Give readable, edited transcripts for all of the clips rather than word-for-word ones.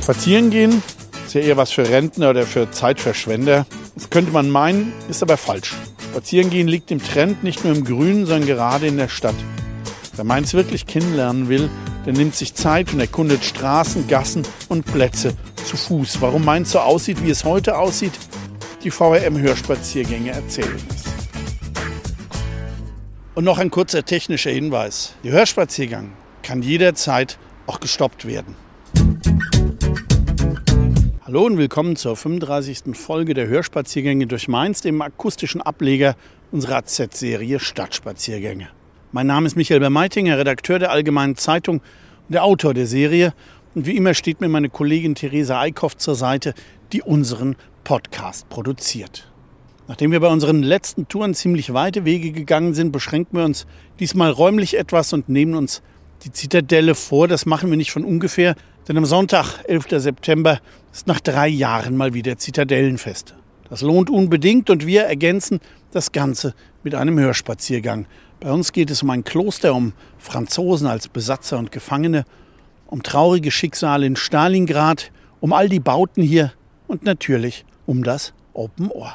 Spazieren gehen ist ja eher was für Rentner oder für Zeitverschwender. Das könnte man meinen, ist aber falsch. Spazieren gehen liegt im Trend nicht nur im Grünen, sondern gerade in der Stadt. Wer Mainz wirklich kennenlernen will, der nimmt sich Zeit und erkundet Straßen, Gassen und Plätze zu Fuß. Warum Mainz so aussieht, wie es heute aussieht, die VRM-Hörspaziergänge erzählen es. Und noch ein kurzer technischer Hinweis. Der Hörspaziergang kann jederzeit auch gestoppt werden. Hallo und willkommen zur 35. Folge der Hörspaziergänge durch Mainz, dem akustischen Ableger unserer AZ-Serie Stadtspaziergänge. Mein Name ist Michael Bermeitinger, Redakteur der Allgemeinen Zeitung und der Autor der Serie. Und wie immer steht mir meine Kollegin Theresa Eickhoff zur Seite, die unseren Podcast produziert. Nachdem wir bei unseren letzten Touren ziemlich weite Wege gegangen sind, beschränken wir uns diesmal räumlich etwas und nehmen uns die Zitadelle vor. Das machen wir nicht von ungefähr, denn am Sonntag, 11. September, ist nach 3 Jahren mal wieder Zitadellenfest. Das lohnt unbedingt und wir ergänzen das Ganze mit einem Hörspaziergang. Bei uns geht es um ein Kloster, um Franzosen als Besatzer und Gefangene, um traurige Schicksale in Stalingrad, um all die Bauten hier und natürlich um das Open Ohr.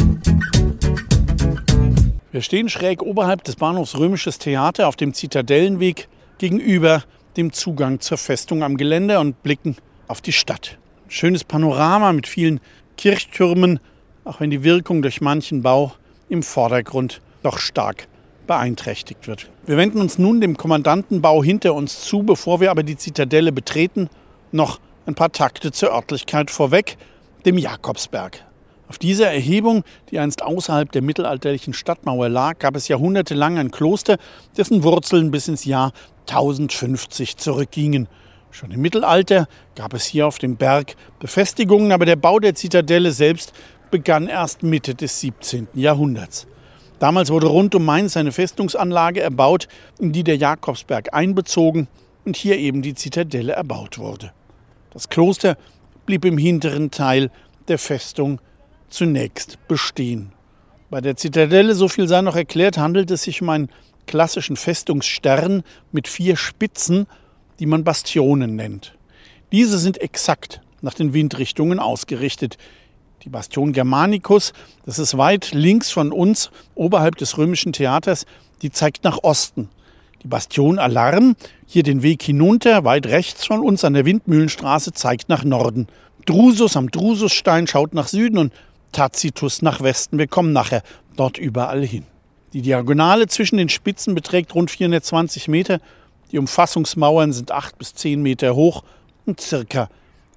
Wir stehen schräg oberhalb des Bahnhofs Römisches Theater auf dem Zitadellenweg gegenüber dem Zugang zur Festung am Geländer und blicken auf die Stadt. Ein schönes Panorama mit vielen Kirchtürmen, auch wenn die Wirkung durch manchen Bau im Vordergrund doch stark beeinträchtigt wird. Wir wenden uns nun dem Kommandantenbau hinter uns zu, bevor wir aber die Zitadelle betreten, noch ein paar Takte zur Örtlichkeit vorweg, dem Jakobsberg. Auf dieser Erhebung, die einst außerhalb der mittelalterlichen Stadtmauer lag, gab es jahrhundertelang ein Kloster, dessen Wurzeln bis ins Jahr 1050 zurückgingen. Schon im Mittelalter gab es hier auf dem Berg Befestigungen, aber der Bau der Zitadelle selbst begann erst Mitte des 17. Jahrhunderts. Damals wurde rund um Mainz eine Festungsanlage erbaut, in die der Jakobsberg einbezogen und hier eben die Zitadelle erbaut wurde. Das Kloster blieb im hinteren Teil der Festung zunächst bestehen. Bei der Zitadelle, so viel sei noch erklärt, handelt es sich um einen klassischen Festungsstern mit 4 Spitzen, die man Bastionen nennt. Diese sind exakt nach den Windrichtungen ausgerichtet. Die Bastion Germanicus, das ist weit links von uns, oberhalb des Römischen Theaters, die zeigt nach Osten. Die Bastion Alarm, hier den Weg hinunter, weit rechts von uns an der Windmühlenstraße, zeigt nach Norden. Drusus am Drususstein schaut nach Süden und Tacitus nach Westen. Wir kommen nachher dort überall hin. Die Diagonale zwischen den Spitzen beträgt rund 420 Meter. Die Umfassungsmauern sind 8 bis 10 Meter hoch und circa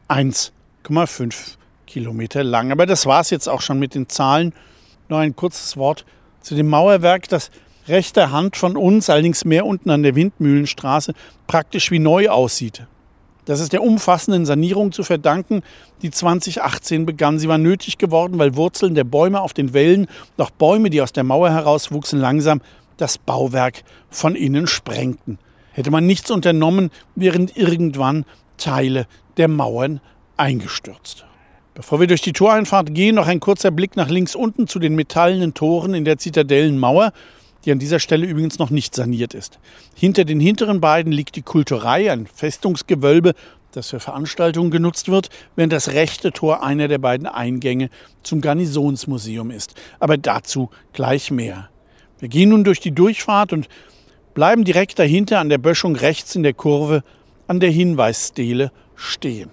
1,5 Kilometer lang. Aber das war es jetzt auch schon mit den Zahlen. Noch ein kurzes Wort zu dem Mauerwerk, das rechter Hand von uns, allerdings mehr unten an der Windmühlenstraße, praktisch wie neu aussieht. Das ist der umfassenden Sanierung zu verdanken, die 2018 begann. Sie war nötig geworden, weil Wurzeln der Bäume auf den Wällen, noch Bäume, die aus der Mauer herauswuchsen, langsam das Bauwerk von innen sprengten. Hätte man nichts unternommen, wären irgendwann Teile der Mauern eingestürzt. Bevor wir durch die Toreinfahrt gehen, noch ein kurzer Blick nach links unten zu den metallenen Toren in der Zitadellenmauer, die an dieser Stelle übrigens noch nicht saniert ist. Hinter den hinteren beiden liegt die Kulturei, ein Festungsgewölbe, das für Veranstaltungen genutzt wird, während das rechte Tor einer der beiden Eingänge zum Garnisonsmuseum ist. Aber dazu gleich mehr. Wir gehen nun durch die Durchfahrt und bleiben direkt dahinter an der Böschung rechts in der Kurve an der Hinweisstele stehen.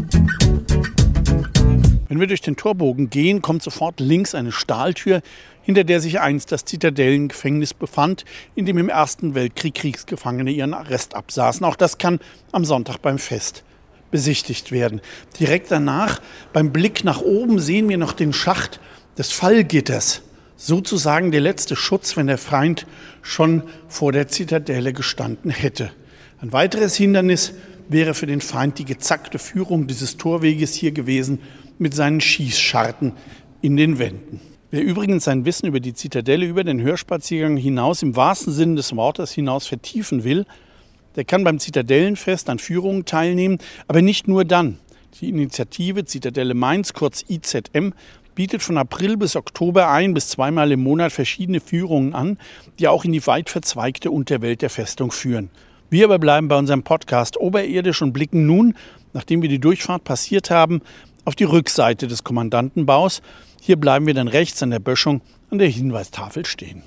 Wenn wir durch den Torbogen gehen, kommt sofort links eine Stahltür, hinter der sich einst das Zitadellengefängnis befand, in dem im Ersten Weltkrieg Kriegsgefangene ihren Arrest absaßen. Auch das kann am Sonntag beim Fest besichtigt werden. Direkt danach, beim Blick nach oben, sehen wir noch den Schacht des Fallgitters. Sozusagen der letzte Schutz, wenn der Feind schon vor der Zitadelle gestanden hätte. Ein weiteres Hindernis wäre für den Feind die gezackte Führung dieses Torweges hier gewesen mit seinen Schießscharten in den Wänden. Wer übrigens sein Wissen über die Zitadelle, über den Hörspaziergang hinaus, im wahrsten Sinne des Wortes hinaus vertiefen will, der kann beim Zitadellenfest an Führungen teilnehmen, aber nicht nur dann. Die Initiative Zitadelle Mainz, kurz IZM, bietet von April bis Oktober 1- bis 2-mal im Monat verschiedene Führungen an, die auch in die weit verzweigte Unterwelt der Festung führen. Wir aber bleiben bei unserem Podcast oberirdisch und blicken nun, nachdem wir die Durchfahrt passiert haben, auf die Rückseite des Kommandantenbaus. Hier bleiben wir dann rechts an der Böschung an der Hinweistafel stehen.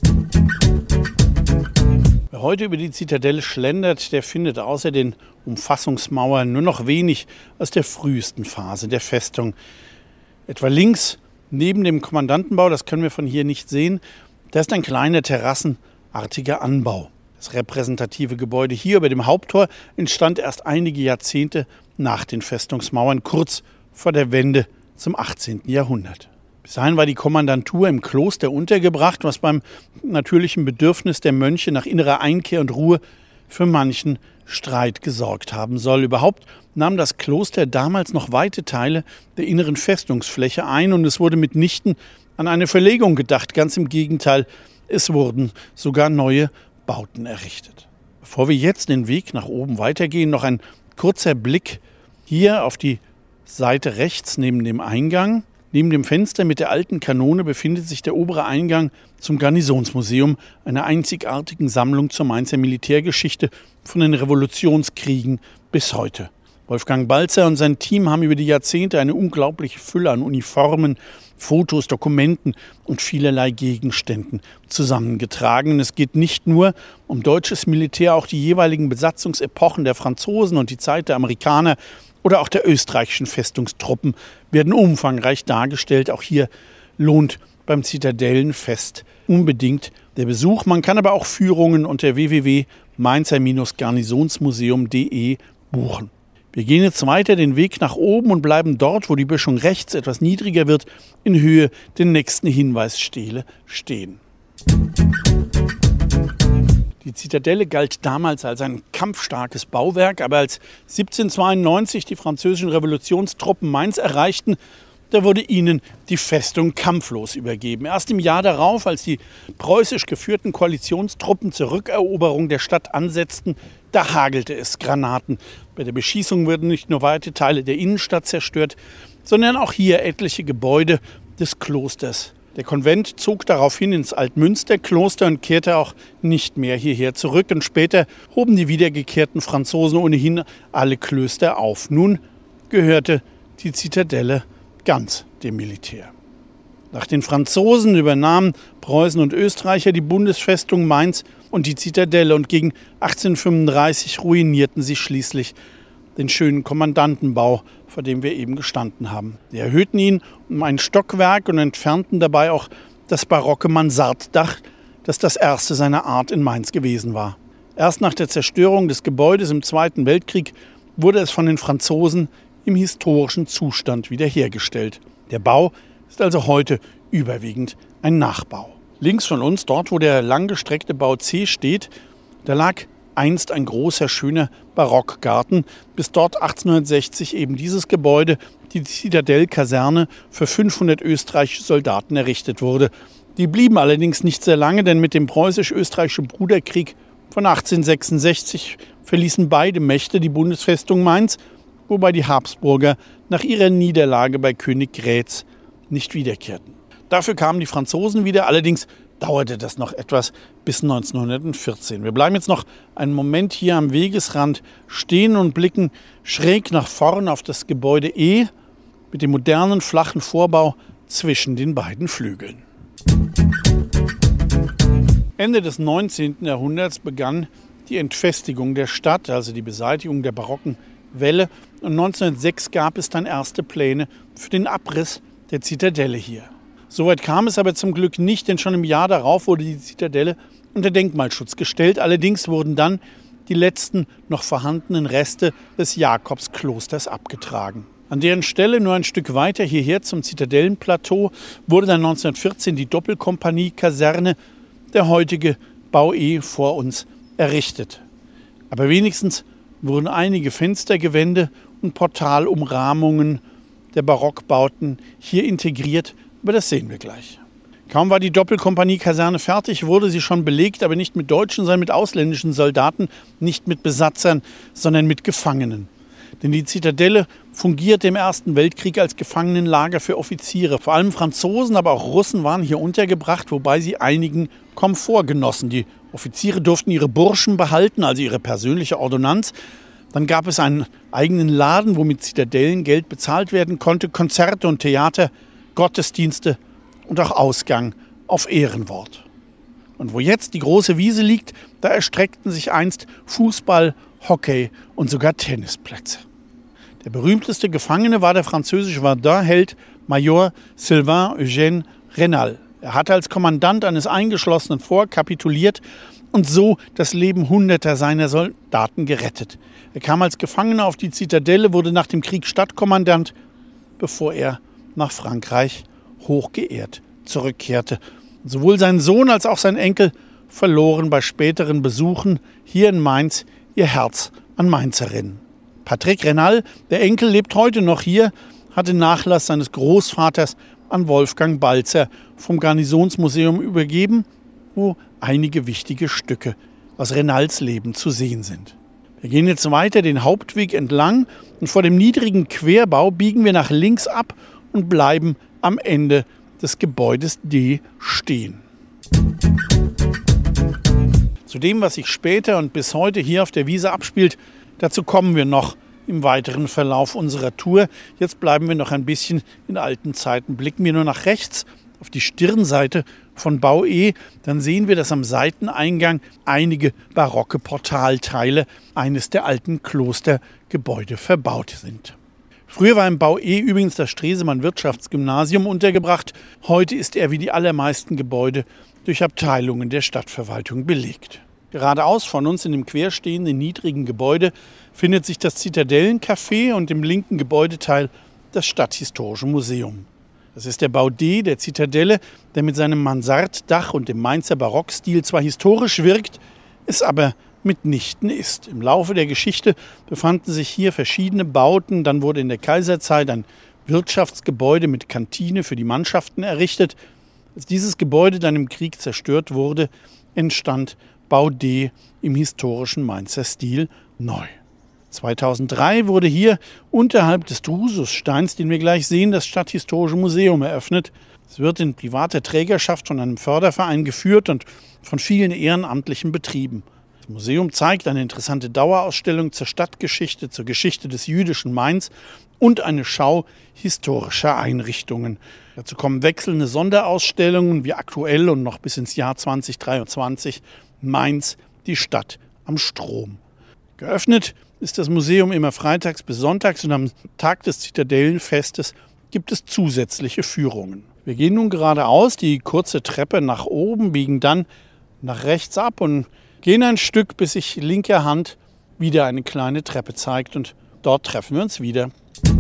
Wer heute über die Zitadelle schlendert, der findet außer den Umfassungsmauern nur noch wenig aus der frühesten Phase der Festung. Etwa links neben dem Kommandantenbau, das können wir von hier nicht sehen, da ist ein kleiner terrassenartiger Anbau. Das repräsentative Gebäude hier über dem Haupttor entstand erst einige Jahrzehnte nach den Festungsmauern, kurz vor der Wende zum 18. Jahrhundert. Bis dahin war die Kommandantur im Kloster untergebracht, was beim natürlichen Bedürfnis der Mönche nach innerer Einkehr und Ruhe für manchen Streit gesorgt haben soll. Überhaupt nahm das Kloster damals noch weite Teile der inneren Festungsfläche ein und es wurde mitnichten an eine Verlegung gedacht. Ganz im Gegenteil, es wurden sogar neue Bauten errichtet. Bevor wir jetzt den Weg nach oben weitergehen, noch ein kurzer Blick hier auf die Seite rechts neben dem Eingang. Neben dem Fenster mit der alten Kanone befindet sich der obere Eingang zum Garnisonsmuseum, einer einzigartigen Sammlung zur Mainzer Militärgeschichte von den Revolutionskriegen bis heute. Wolfgang Balzer und sein Team haben über die Jahrzehnte eine unglaubliche Fülle an Uniformen, Fotos, Dokumenten und vielerlei Gegenständen zusammengetragen. Es geht nicht nur um deutsches Militär, auch die jeweiligen Besatzungsepochen der Franzosen und die Zeit der Amerikaner oder auch der österreichischen Festungstruppen werden umfangreich dargestellt. Auch hier lohnt beim Zitadellenfest unbedingt der Besuch. Man kann aber auch Führungen unter www.mainzer-garnisonsmuseum.de buchen. Wir gehen jetzt weiter den Weg nach oben und bleiben dort, wo die Böschung rechts etwas niedriger wird, in Höhe der nächsten Hinweisstele stehen. Die Zitadelle galt damals als ein kampfstarkes Bauwerk, aber als 1792 die französischen Revolutionstruppen Mainz erreichten, da wurde ihnen die Festung kampflos übergeben. Erst im Jahr darauf, als die preußisch geführten Koalitionstruppen zur Rückeroberung der Stadt ansetzten, da hagelte es Granaten. Bei der Beschießung wurden nicht nur weite Teile der Innenstadt zerstört, sondern auch hier etliche Gebäude des Klosters. Der Konvent zog daraufhin ins Altmünsterkloster und kehrte auch nicht mehr hierher zurück. Und später hoben die wiedergekehrten Franzosen ohnehin alle Klöster auf. Nun gehörte die Zitadelle ganz dem Militär. Nach den Franzosen übernahmen Preußen und Österreicher die Bundesfestung Mainz und die Zitadelle. Und gegen 1835 ruinierten sie schließlich den schönen Kommandantenbau, vor dem wir eben gestanden haben. Sie erhöhten ihn um ein Stockwerk und entfernten dabei auch das barocke Mansarddach, das das erste seiner Art in Mainz gewesen war. Erst nach der Zerstörung des Gebäudes im Zweiten Weltkrieg wurde es von den Franzosen im historischen Zustand wiederhergestellt. Der Bau ist also heute überwiegend ein Nachbau. Links von uns, dort wo der langgestreckte Bau C steht, da lag einst ein großer, schöner Barockgarten, bis dort 1860 eben dieses Gebäude, die Zitadelle-Kaserne, für 500 österreichische Soldaten errichtet wurde. Die blieben allerdings nicht sehr lange, denn mit dem preußisch-österreichischen Bruderkrieg von 1866 verließen beide Mächte die Bundesfestung Mainz, wobei die Habsburger nach ihrer Niederlage bei Königgrätz nicht wiederkehrten. Dafür kamen die Franzosen wieder, allerdings dauerte das noch etwas bis 1914. Wir bleiben jetzt noch einen Moment hier am Wegesrand stehen und blicken schräg nach vorn auf das Gebäude E mit dem modernen flachen Vorbau zwischen den beiden Flügeln. Ende des 19. Jahrhunderts begann die Entfestigung der Stadt, also die Beseitigung der barocken Wälle. Und 1906 gab es dann erste Pläne für den Abriss der Zitadelle hier. Soweit kam es aber zum Glück nicht, denn schon im Jahr darauf wurde die Zitadelle unter Denkmalschutz gestellt. Allerdings wurden dann die letzten noch vorhandenen Reste des Jakobsklosters abgetragen. An deren Stelle nur ein Stück weiter hierher zum Zitadellenplateau wurde dann 1914 die Doppelkompanie-Kaserne, der heutige Bau E, vor uns errichtet. Aber wenigstens wurden einige Fenstergewände und Portalumrahmungen der Barockbauten hier integriert, aber das sehen wir gleich. Kaum war die Doppelkompanie-Kaserne fertig, wurde sie schon belegt, aber nicht mit Deutschen, sondern mit ausländischen Soldaten, nicht mit Besatzern, sondern mit Gefangenen. Denn die Zitadelle fungierte im Ersten Weltkrieg als Gefangenenlager für Offiziere. Vor allem Franzosen, aber auch Russen waren hier untergebracht, wobei sie einigen Komfort genossen. Die Offiziere durften ihre Burschen behalten, also ihre persönliche Ordonnanz. Dann gab es einen eigenen Laden, wo mit Zitadellengeld bezahlt werden konnte, Konzerte und Theater, Gottesdienste und auch Ausgang auf Ehrenwort. Und wo jetzt die große Wiese liegt, da erstreckten sich einst Fußball, Hockey und sogar Tennisplätze. Der berühmteste Gefangene war der französische Verdun-Held Major Sylvain Eugène Raynal. Er hatte als Kommandant eines eingeschlossenen Forts kapituliert und so das Leben Hunderter seiner Soldaten gerettet. Er kam als Gefangener auf die Zitadelle, wurde nach dem Krieg Stadtkommandant, bevor er nach Frankreich hochgeehrt zurückkehrte. Sowohl sein Sohn als auch sein Enkel verloren bei späteren Besuchen hier in Mainz ihr Herz an Mainzerinnen. Patrick Raynal, der Enkel, lebt heute noch hier, hat den Nachlass seines Großvaters an Wolfgang Balzer vom Garnisonsmuseum übergeben, wo einige wichtige Stücke aus Raynals Leben zu sehen sind. Wir gehen jetzt weiter den Hauptweg entlang und vor dem niedrigen Querbau biegen wir nach links ab und bleiben am Ende des Gebäudes D stehen. Zu dem, was sich später und bis heute hier auf der Wiese abspielt, dazu kommen wir noch im weiteren Verlauf unserer Tour. Jetzt bleiben wir noch ein bisschen in alten Zeiten. Blicken wir nur nach rechts auf die Stirnseite von Bau E, dann sehen wir, dass am Seiteneingang einige barocke Portalteile eines der alten Klostergebäude verbaut sind. Früher war im Bau E übrigens das Stresemann-Wirtschaftsgymnasium untergebracht. Heute ist er wie die allermeisten Gebäude durch Abteilungen der Stadtverwaltung belegt. Geradeaus von uns in dem querstehenden niedrigen Gebäude findet sich das Zitadellencafé und im linken Gebäudeteil das Stadthistorische Museum. Das ist der Bau D der Zitadelle, der mit seinem Mansarddach und dem Mainzer Barockstil zwar historisch wirkt, es aber mitnichten ist. Im Laufe der Geschichte befanden sich hier verschiedene Bauten. Dann wurde in der Kaiserzeit ein Wirtschaftsgebäude mit Kantine für die Mannschaften errichtet. Als dieses Gebäude dann im Krieg zerstört wurde, entstand Bau D im historischen Mainzer Stil neu. 2003 wurde hier unterhalb des Drusussteins, den wir gleich sehen, das Stadthistorische Museum eröffnet. Es wird in privater Trägerschaft von einem Förderverein geführt und von vielen Ehrenamtlichen betrieben. Das Museum zeigt eine interessante Dauerausstellung zur Stadtgeschichte, zur Geschichte des jüdischen Mainz und eine Schau historischer Einrichtungen. Dazu kommen wechselnde Sonderausstellungen wie aktuell und noch bis ins Jahr 2023 Mainz, die Stadt am Strom. Geöffnet ist das Museum immer freitags bis sonntags und am Tag des Zitadellenfestes gibt es zusätzliche Führungen. Wir gehen nun geradeaus, die kurze Treppe nach oben, biegen dann nach rechts ab und gehen ein Stück, bis sich linker Hand wieder eine kleine Treppe zeigt und dort treffen wir uns wieder.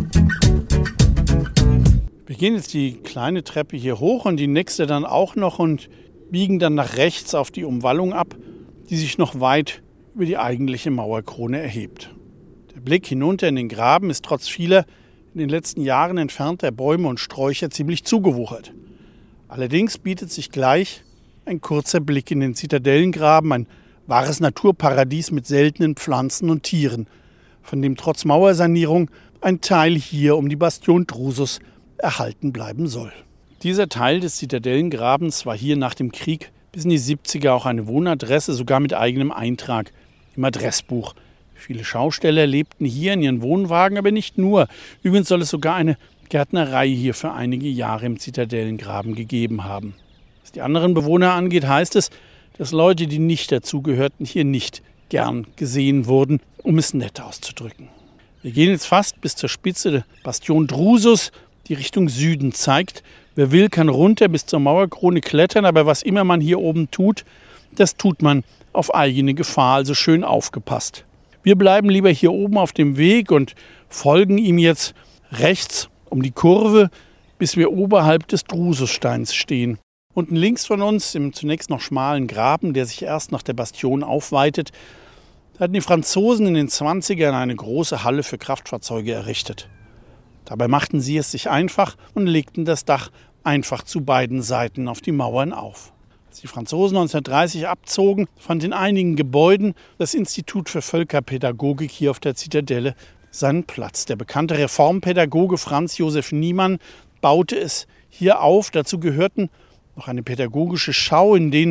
Wir gehen jetzt die kleine Treppe hier hoch und die nächste dann auch noch und biegen dann nach rechts auf die Umwallung ab, die sich noch weit über die eigentliche Mauerkrone erhebt. Der Blick hinunter in den Graben ist trotz vieler in den letzten Jahren entfernter Bäume und Sträucher ziemlich zugewuchert. Allerdings bietet sich gleich ein kurzer Blick in den Zitadellengraben, ein wahres Naturparadies mit seltenen Pflanzen und Tieren, von dem trotz Mauersanierung ein Teil hier um die Bastion Drusus erhalten bleiben soll. Dieser Teil des Zitadellengrabens war hier nach dem Krieg bis in die 70er auch eine Wohnadresse, sogar mit eigenem Eintrag im Adressbuch. Viele Schausteller lebten hier in ihren Wohnwagen, aber nicht nur. Übrigens soll es sogar eine Gärtnerei hier für einige Jahre im Zitadellengraben gegeben haben. Was die anderen Bewohner angeht, heißt es, dass Leute, die nicht dazugehörten, hier nicht gern gesehen wurden, um es nett auszudrücken. Wir gehen jetzt fast bis zur Spitze der Bastion Drusus, die Richtung Süden zeigt. Wer will, kann runter bis zur Mauerkrone klettern, aber was immer man hier oben tut, das tut man auf eigene Gefahr, also schön aufgepasst. Wir bleiben lieber hier oben auf dem Weg und folgen ihm jetzt rechts um die Kurve, bis wir oberhalb des Drusussteins stehen. Unten links von uns, im zunächst noch schmalen Graben, der sich erst nach der Bastion aufweitet, hatten die Franzosen in den 20ern eine große Halle für Kraftfahrzeuge errichtet. Dabei machten sie es sich einfach und legten das Dach einfach zu beiden Seiten auf die Mauern auf. Als die Franzosen 1930 abzogen, fand in einigen Gebäuden das Institut für Völkerpädagogik hier auf der Zitadelle seinen Platz. Der bekannte Reformpädagoge Franz Josef Niemann baute es hier auf. Dazu gehörten noch eine pädagogische Schau, in denen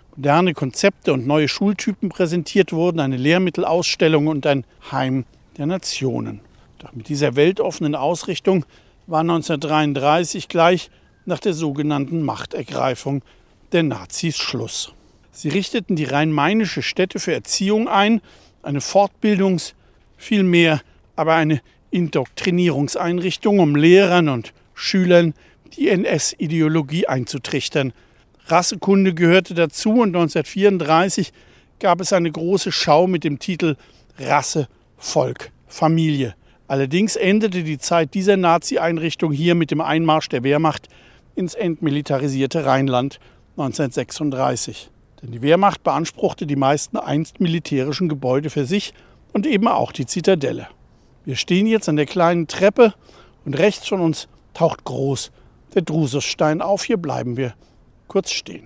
moderne Konzepte und neue Schultypen präsentiert wurden, eine Lehrmittelausstellung und ein Heim der Nationen. Doch mit dieser weltoffenen Ausrichtung war 1933 gleich nach der sogenannten Machtergreifung der Nazis Schluss. Sie richteten die rhein-mainische Stätte für Erziehung ein, eine vielmehr aber eine Indoktrinierungseinrichtung, um Lehrern und Schülern die NS-Ideologie einzutrichtern. Rassekunde gehörte dazu und 1934 gab es eine große Schau mit dem Titel Rasse, Volk, Familie. Allerdings endete die Zeit dieser Nazi-Einrichtung hier mit dem Einmarsch der Wehrmacht ins entmilitarisierte Rheinland 1936. Denn die Wehrmacht beanspruchte die meisten einst militärischen Gebäude für sich und eben auch die Zitadelle. Wir stehen jetzt an der kleinen Treppe und rechts von uns taucht groß der Drususstein auf. Hier bleiben wir kurz stehen.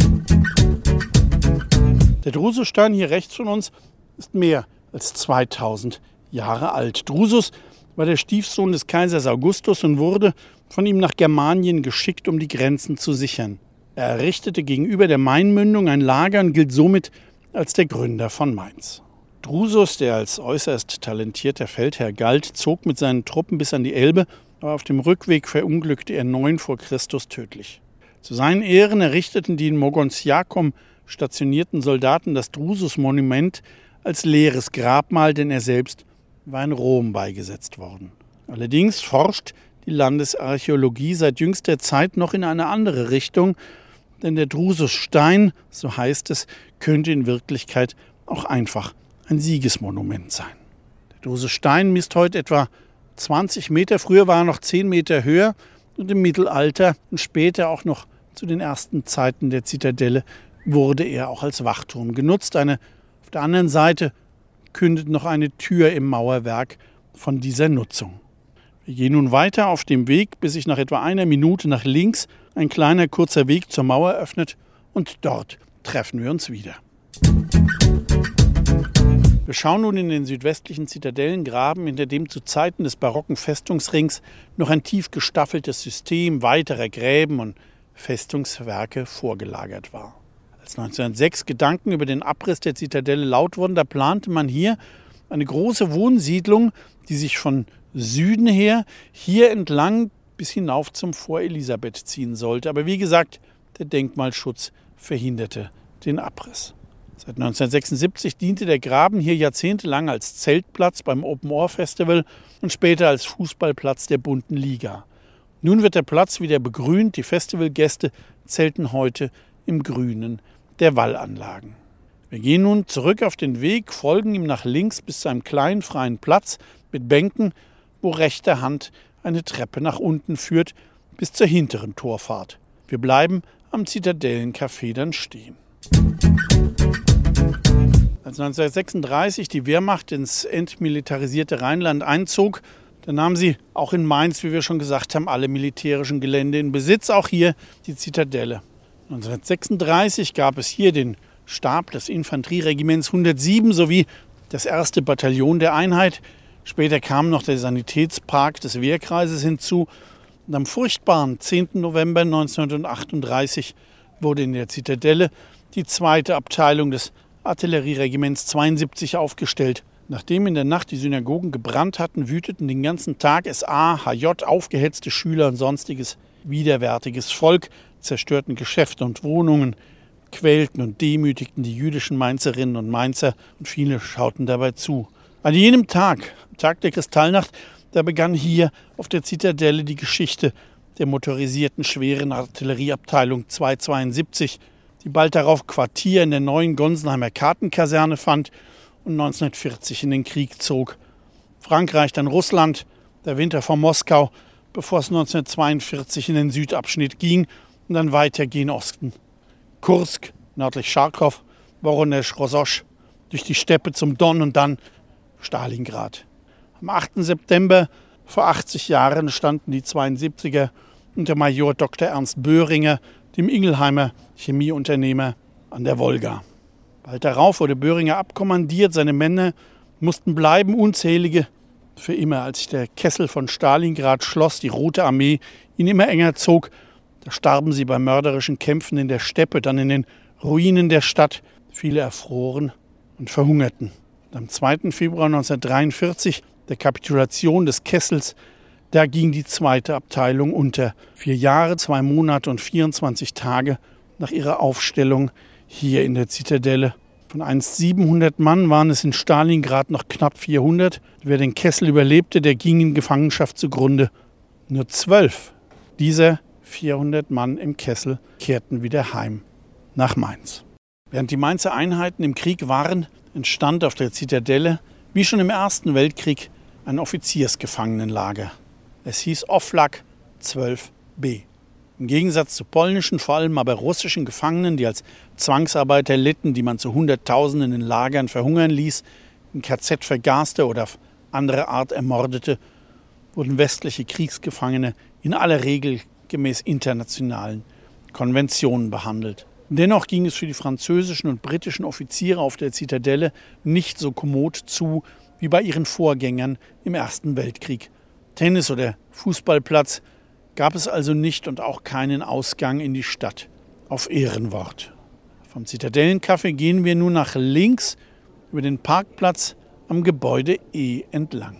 Der Drususstein hier rechts von uns ist mehr als 2000 Jahre alt. Drusus war der Stiefsohn des Kaisers Augustus und wurde von ihm nach Germanien geschickt, um die Grenzen zu sichern. Er errichtete gegenüber der Mainmündung ein Lager und gilt somit als der Gründer von Mainz. Drusus, der als äußerst talentierter Feldherr galt, zog mit seinen Truppen bis an die Elbe, aber auf dem Rückweg verunglückte er 9 vor Christus tödlich. Zu seinen Ehren errichteten die in Mogontiacum stationierten Soldaten das Drusus-Monument als leeres Grabmal, denn er selbst war in Rom beigesetzt worden. Allerdings forscht die Landesarchäologie seit jüngster Zeit noch in eine andere Richtung, denn der Drususstein, so heißt es, könnte in Wirklichkeit auch einfach ein Siegesmonument sein. Der Drususstein misst heute etwa 20 Meter, früher war er noch 10 Meter höher und im Mittelalter und später auch noch zu den ersten Zeiten der Zitadelle wurde er auch als Wachturm genutzt. Auf der anderen Seite kündet noch eine Tür im Mauerwerk von dieser Nutzung. Wir gehen nun weiter auf dem Weg, bis sich nach etwa einer Minute nach links ein kleiner kurzer Weg zur Mauer öffnet und dort treffen wir uns wieder. Wir schauen nun in den südwestlichen Zitadellengraben, hinter dem zu Zeiten des barocken Festungsrings noch ein tief gestaffeltes System weiterer Gräben und Festungswerke vorgelagert war. Als 1906 Gedanken über den Abriss der Zitadelle laut wurden, da plante man hier eine große Wohnsiedlung, die sich von Süden her hier entlang bis hinauf zum Fort Elisabeth ziehen sollte. Aber wie gesagt, der Denkmalschutz verhinderte den Abriss. Seit 1976 diente der Graben hier jahrzehntelang als Zeltplatz beim Open Air Festival und später als Fußballplatz der Bunten Liga. Nun wird der Platz wieder begrünt. Die Festivalgäste zelten heute im Grünen der Wallanlagen. Wir gehen nun zurück auf den Weg, folgen ihm nach links bis zu einem kleinen freien Platz mit Bänken, wo rechter Hand eine Treppe nach unten führt bis zur hinteren Torfahrt. Wir bleiben am Zitadellencafé dann stehen. Als 1936 die Wehrmacht ins entmilitarisierte Rheinland einzog, da nahm sie auch in Mainz, wie wir schon gesagt haben, alle militärischen Gelände in Besitz, auch hier die Zitadelle. 1936 gab es hier den Stab des Infanterieregiments 107 sowie das 1. Bataillon der Einheit. Später kam noch der Sanitätspark des Wehrkreises hinzu. Und am furchtbaren 10. November 1938 wurde in der Zitadelle die 2. Abteilung des Artillerieregiments 72 aufgestellt. Nachdem in der Nacht die Synagogen gebrannt hatten, wüteten den ganzen Tag SA, HJ, aufgehetzte Schüler und sonstiges widerwärtiges Volk, zerstörten Geschäfte und Wohnungen, quälten und demütigten die jüdischen Mainzerinnen und Mainzer und viele schauten dabei zu. An jenem Tag, am Tag der Kristallnacht, da begann hier auf der Zitadelle die Geschichte der motorisierten schweren Artillerieabteilung 272, die bald darauf Quartier in der neuen Gonsenheimer Kartenkaserne fand und 1940 in den Krieg zog. Frankreich, dann Russland, der Winter vor Moskau, bevor es 1942 in den Südabschnitt ging und dann weiter gen Osten. Kursk, nördlich Charkow, Woronesch, Rososch, durch die Steppe zum Don und dann Stalingrad. Am 8. September vor 80 Jahren standen die 72er unter Major Dr. Ernst Böhringer, dem Ingelheimer Chemieunternehmer, an der Wolga. Bald darauf wurde Böhringer abkommandiert, seine Männer mussten bleiben, unzählige für immer. Als sich der Kessel von Stalingrad schloss, die Rote Armee ihn immer enger zog, da starben sie bei mörderischen Kämpfen in der Steppe, dann in den Ruinen der Stadt. Viele erfroren und verhungerten. Und am 2. Februar 1943, der Kapitulation des Kessels, da ging die 2. Abteilung unter. 4 Jahre, 2 Monate und 24 Tage nach ihrer Aufstellung hier in der Zitadelle. Von einst 700 Mann waren es in Stalingrad noch knapp 400. Wer den Kessel überlebte, der ging in Gefangenschaft zugrunde. Nur 12 dieser 400 Mann im Kessel kehrten wieder heim nach Mainz. Während die Mainzer Einheiten im Krieg waren, entstand auf der Zitadelle, wie schon im Ersten Weltkrieg, ein Offiziersgefangenenlager. Es hieß Oflag 12b. Im Gegensatz zu polnischen, vor allem aber russischen Gefangenen, die als Zwangsarbeiter litten, die man zu Hunderttausenden in Lagern verhungern ließ, in KZ vergaste oder auf andere Art ermordete, wurden westliche Kriegsgefangene in aller Regel gemäß internationalen Konventionen behandelt. Dennoch ging es für die französischen und britischen Offiziere auf der Zitadelle nicht so kommod zu wie bei ihren Vorgängern im Ersten Weltkrieg. Tennis- oder Fußballplatz gab es also nicht und auch keinen Ausgang in die Stadt auf Ehrenwort. Vom Zitadellencafé gehen wir nun nach links über den Parkplatz am Gebäude E entlang.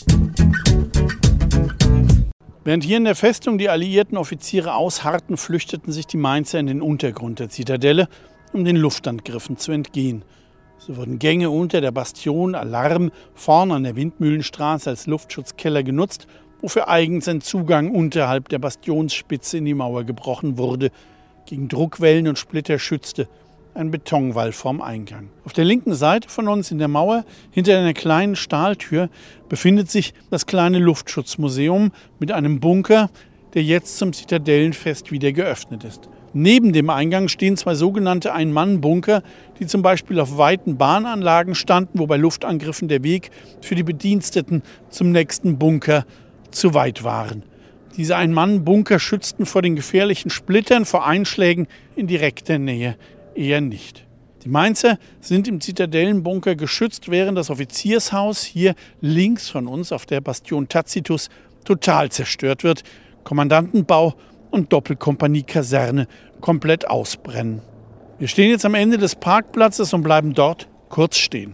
Während hier in der Festung die alliierten Offiziere ausharrten, flüchteten sich die Mainzer in den Untergrund der Zitadelle, um den Luftangriffen zu entgehen. So wurden Gänge unter der Bastion Alarm vorn an der Windmühlenstraße als Luftschutzkeller genutzt, wofür eigens ein Zugang unterhalb der Bastionsspitze in die Mauer gebrochen wurde, gegen Druckwellen und Splitter schützte ein Betonwall vorm Eingang. Auf der linken Seite von uns in der Mauer, hinter einer kleinen Stahltür, befindet sich das kleine Luftschutzmuseum mit einem Bunker, der jetzt zum Zitadellenfest wieder geöffnet ist. Neben dem Eingang stehen 2 sogenannte Ein-Mann-Bunker, die zum Beispiel auf weiten Bahnanlagen standen, wo bei Luftangriffen der Weg für die Bediensteten zum nächsten Bunker zu weit waren. Diese Ein-Mann-Bunker schützten vor den gefährlichen Splittern, vor Einschlägen in direkter Nähe eher nicht. Die Mainzer sind im Zitadellenbunker geschützt, während das Offiziershaus hier links von uns auf der Bastion Tacitus total zerstört wird, Kommandantenbau und Doppelkompanie-Kaserne komplett ausbrennen. Wir stehen jetzt am Ende des Parkplatzes und bleiben dort kurz stehen.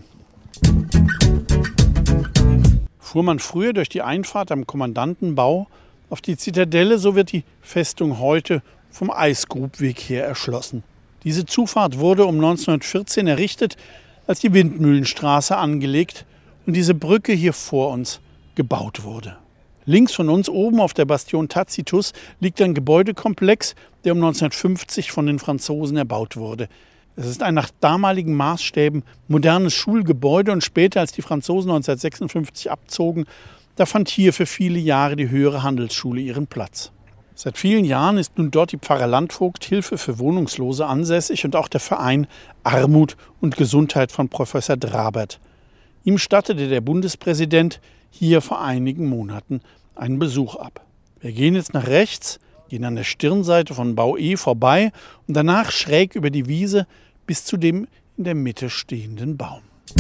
Fuhr man früher durch die Einfahrt am Kommandantenbau auf die Zitadelle, so wird die Festung heute vom Eisgrubweg her erschlossen. Diese Zufahrt wurde um 1914 errichtet, als die Windmühlenstraße angelegt und diese Brücke hier vor uns gebaut wurde. Links von uns oben auf der Bastion Tacitus liegt ein Gebäudekomplex, der um 1950 von den Franzosen erbaut wurde. Es ist ein nach damaligen Maßstäben modernes Schulgebäude und später, als die Franzosen 1956 abzogen, da fand hier für viele Jahre die höhere Handelsschule ihren Platz. Seit vielen Jahren ist nun dort die Pfarrer Landvogt Hilfe für Wohnungslose ansässig und auch der Verein Armut und Gesundheit von Professor Drabert. Ihm stattete der Bundespräsident hier vor einigen Monaten einen Besuch ab. Wir gehen jetzt nach rechts, gehen an der Stirnseite von Bau E vorbei und danach schräg über die Wiese bis zu dem in der Mitte stehenden Baum.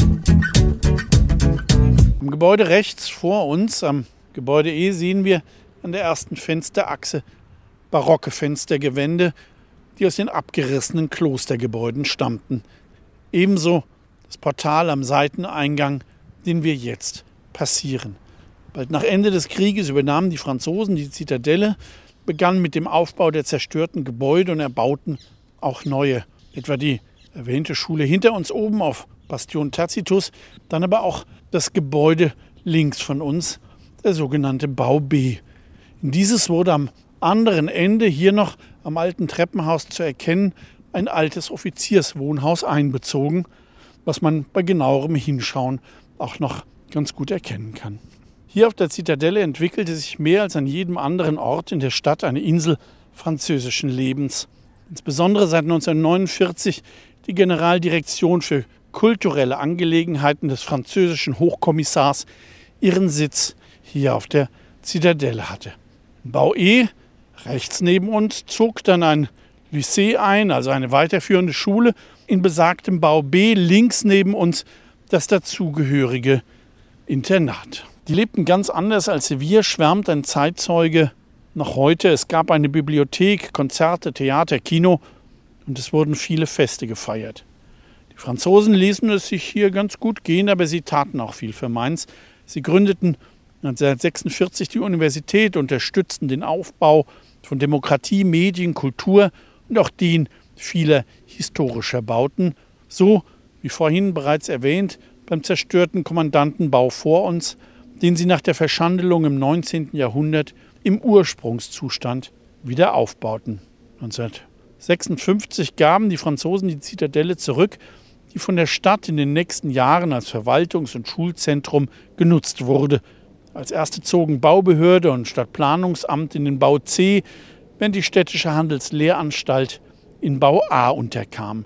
Am Gebäude rechts vor uns, am Gebäude E, sehen wir an der ersten Fensterachse barocke Fenstergewände, die aus den abgerissenen Klostergebäuden stammten. Ebenso das Portal am Seiteneingang, den wir jetzt passieren. Bald nach Ende des Krieges übernahmen die Franzosen die Zitadelle, begannen mit dem Aufbau der zerstörten Gebäude und erbauten auch neue. Etwa die erwähnte Schule hinter uns oben auf Bastion Tacitus, dann aber auch das Gebäude links von uns, der sogenannte Bau B. In dieses wurde am anderen Ende, hier noch am alten Treppenhaus zu erkennen, ein altes Offizierswohnhaus einbezogen, was man bei genauerem Hinschauen auch noch ganz gut erkennen kann. Hier auf der Zitadelle entwickelte sich mehr als an jedem anderen Ort in der Stadt eine Insel französischen Lebens. Insbesondere seit 1949 die Generaldirektion für kulturelle Angelegenheiten des französischen Hochkommissars ihren Sitz hier auf der Zitadelle hatte. Bau E, rechts neben uns, zog dann ein Lycée ein, also eine weiterführende Schule. In besagtem Bau B, links neben uns, das dazugehörige Internat. Die lebten ganz anders als wir, schwärmt ein Zeitzeuge noch heute. Es gab eine Bibliothek, Konzerte, Theater, Kino und es wurden viele Feste gefeiert. Die Franzosen ließen es sich hier ganz gut gehen, aber sie taten auch viel für Mainz. Sie gründeten 1946 die Universität, unterstützten den Aufbau von Demokratie, Medien, Kultur und auch den vieler historischer Bauten, so wie vorhin bereits erwähnt beim zerstörten Kommandantenbau vor uns, den sie nach der Verschandelung im 19. Jahrhundert im Ursprungszustand wieder aufbauten. 1956 gaben die Franzosen die Zitadelle zurück, die von der Stadt in den nächsten Jahren als Verwaltungs- und Schulzentrum genutzt wurde. Als erste zogen Baubehörde und Stadtplanungsamt in den Bau C, während die städtische Handelslehranstalt in Bau A unterkam.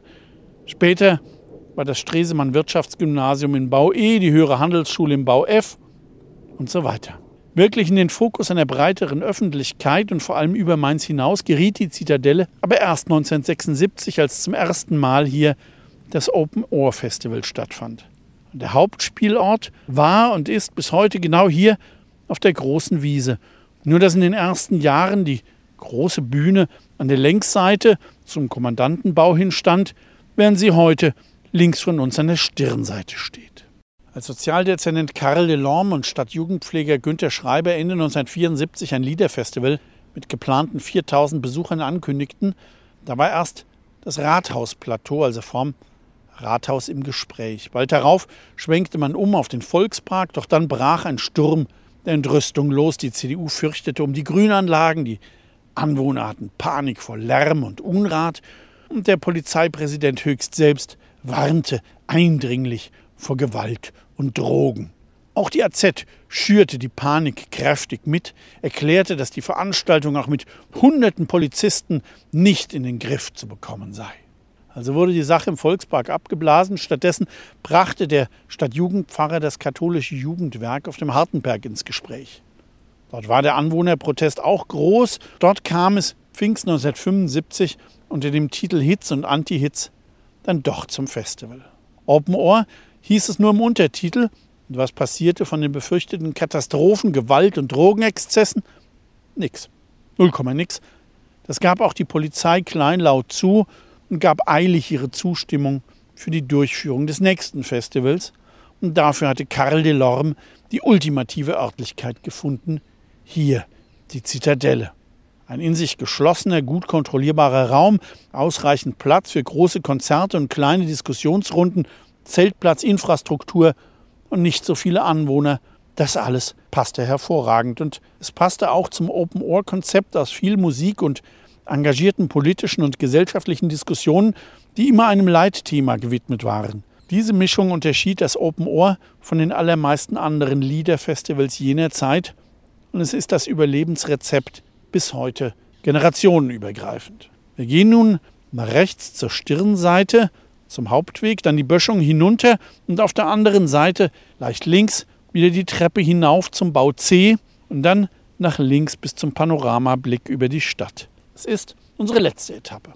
Später war das Stresemann-Wirtschaftsgymnasium in Bau E, die höhere Handelsschule im Bau F und so weiter. Wirklich in den Fokus einer breiteren Öffentlichkeit und vor allem über Mainz hinaus geriet die Zitadelle aber erst 1976, als zum ersten Mal hier das Open-Ohr-Festival stattfand. Der Hauptspielort war und ist bis heute genau hier auf der großen Wiese. Nur dass in den ersten Jahren die große Bühne an der Längsseite zum Kommandantenbau hin stand, während sie heute links von uns an der Stirnseite steht. Als Sozialdezernent Karl Delorme und Stadtjugendpfleger Günter Schreiber Ende 1974 ein Liederfestival mit geplanten 4000 Besuchern ankündigten, da war erst das Rathausplateau, also vorm Rathaus, im Gespräch. Bald darauf schwenkte man um auf den Volkspark, doch dann brach ein Sturm der Entrüstung los. Die CDU fürchtete um die Grünanlagen, die Anwohner hatten Panik vor Lärm und Unrat und der Polizeipräsident Höchst selbst warnte eindringlich vor Gewalt und Drogen. Auch die AZ schürte die Panik kräftig mit, erklärte, dass die Veranstaltung auch mit hunderten Polizisten nicht in den Griff zu bekommen sei. Also wurde die Sache im Volkspark abgeblasen. Stattdessen brachte der Stadtjugendpfarrer das katholische Jugendwerk auf dem Hartenberg ins Gespräch. Dort war der Anwohnerprotest auch groß. Dort kam es Pfingsten 1975 unter dem Titel Hits und Anti-Hits dann doch zum Festival. Open Ohr hieß es nur im Untertitel. Und was passierte von den befürchteten Katastrophen, Gewalt und Drogenexzessen? Nix. 0, nix. Das gab auch die Polizei kleinlaut zu und gab eilig ihre Zustimmung für die Durchführung des nächsten Festivals. Und dafür hatte Karl Delorme die ultimative Örtlichkeit gefunden. Hier, die Zitadelle. Ein in sich geschlossener, gut kontrollierbarer Raum, ausreichend Platz für große Konzerte und kleine Diskussionsrunden, Zeltplatz, Infrastruktur und nicht so viele Anwohner. Das alles passte hervorragend. Und es passte auch zum Open-Ohr-Konzept aus viel Musik und engagierten politischen und gesellschaftlichen Diskussionen, die immer einem Leitthema gewidmet waren. Diese Mischung unterschied das Open Ohr von den allermeisten anderen Liederfestivals jener Zeit und es ist das Überlebensrezept bis heute generationenübergreifend. Wir gehen nun nach rechts zur Stirnseite, zum Hauptweg, dann die Böschung hinunter und auf der anderen Seite, leicht links, wieder die Treppe hinauf zum Bau C und dann nach links bis zum Panoramablick über die Stadt. Es ist unsere letzte Etappe.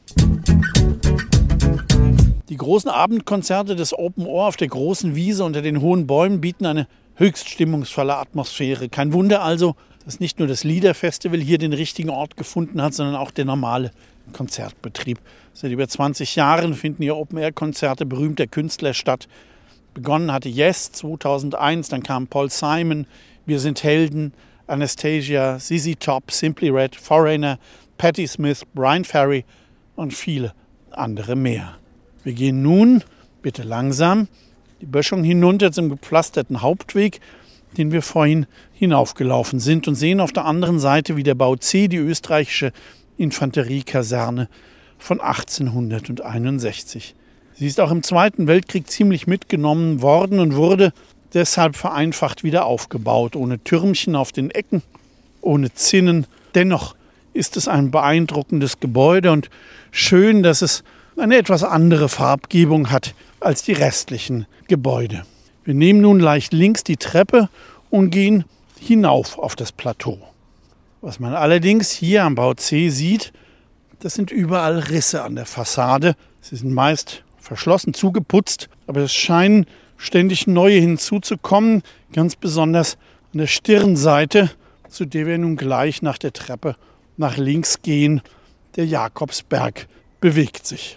Die großen Abendkonzerte des Open Ohr auf der großen Wiese unter den hohen Bäumen bieten eine höchst stimmungsvolle Atmosphäre. Kein Wunder also, dass nicht nur das Liederfestival hier den richtigen Ort gefunden hat, sondern auch der normale Konzertbetrieb. Seit über 20 Jahren finden hier Open-Air-Konzerte berühmter Künstler statt. Begonnen hatte Yes 2001, dann kam Paul Simon, Wir sind Helden, Anastasia, ZZ Top, Simply Red, Foreigner, Patti Smith, Brian Ferry und viele andere mehr. Wir gehen nun, bitte langsam, die Böschung hinunter zum gepflasterten Hauptweg, den wir vorhin hinaufgelaufen sind und sehen auf der anderen Seite wie der Bau C, die österreichische Infanteriekaserne von 1861. Sie ist auch im Zweiten Weltkrieg ziemlich mitgenommen worden und wurde deshalb vereinfacht wieder aufgebaut, ohne Türmchen auf den Ecken, ohne Zinnen. Dennoch ist es ein beeindruckendes Gebäude und schön, dass es eine etwas andere Farbgebung hat als die restlichen Gebäude. Wir nehmen nun leicht links die Treppe und gehen hinauf auf das Plateau. Was man allerdings hier am Bau C sieht, das sind überall Risse an der Fassade. Sie sind meist verschlossen, zugeputzt, aber es scheinen ständig neue hinzuzukommen, ganz besonders an der Stirnseite, zu der wir nun gleich nach der Treppe nach links gehen, der Jakobsberg bewegt sich.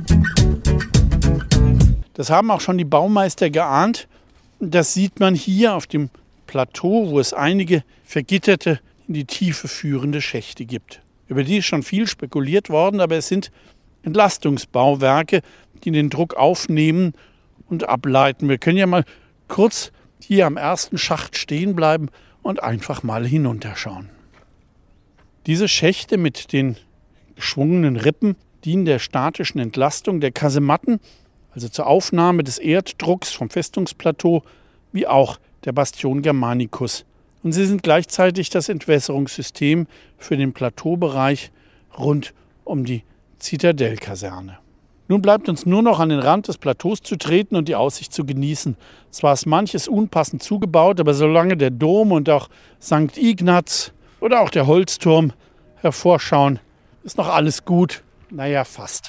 Das haben auch schon die Baumeister geahnt. Das sieht man hier auf dem Plateau, wo es einige vergitterte, in die Tiefe führende Schächte gibt. Über die ist schon viel spekuliert worden, aber es sind Entlastungsbauwerke, die den Druck aufnehmen und ableiten. Wir können ja mal kurz hier am ersten Schacht stehen bleiben und einfach mal hinunterschauen. Diese Schächte mit den geschwungenen Rippen dienen der statischen Entlastung der Kasematten, also zur Aufnahme des Erddrucks vom Festungsplateau, wie auch der Bastion Germanicus. Und sie sind gleichzeitig das Entwässerungssystem für den Plateaubereich rund um die Zitadellkaserne. Nun bleibt uns nur noch an den Rand des Plateaus zu treten und die Aussicht zu genießen. Zwar ist manches unpassend zugebaut, aber solange der Dom und auch St. Ignaz oder auch der Holzturm hervorschauen, ist noch alles gut. Naja, fast.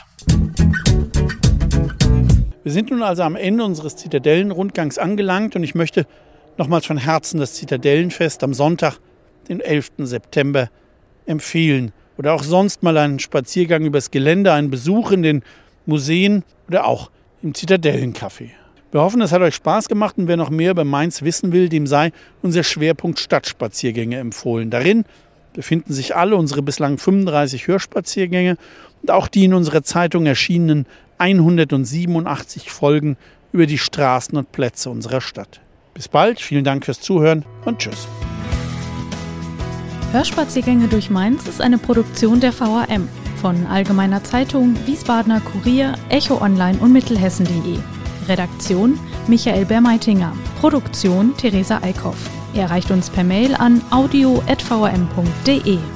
Wir sind nun also am Ende unseres Zitadellenrundgangs angelangt und ich möchte nochmals von Herzen das Zitadellenfest am Sonntag, den 11. September, empfehlen. Oder auch sonst mal einen Spaziergang übers Gelände, einen Besuch in den Museen oder auch im Zitadellencafé. Wir hoffen, es hat euch Spaß gemacht und wer noch mehr über Mainz wissen will, dem sei unser Schwerpunkt Stadtspaziergänge empfohlen. Darin befinden sich alle unsere bislang 35 Hörspaziergänge und auch die in unserer Zeitung erschienenen 187 Folgen über die Straßen und Plätze unserer Stadt. Bis bald, vielen Dank fürs Zuhören und tschüss. Hörspaziergänge durch Mainz ist eine Produktion der VRM von Allgemeiner Zeitung, Wiesbadener Kurier, Echo Online und Mittelhessen.de. Redaktion Michael Bermeitinger. Produktion Theresa Eickhoff. Ihr erreicht uns per Mail an audio@vrm.de.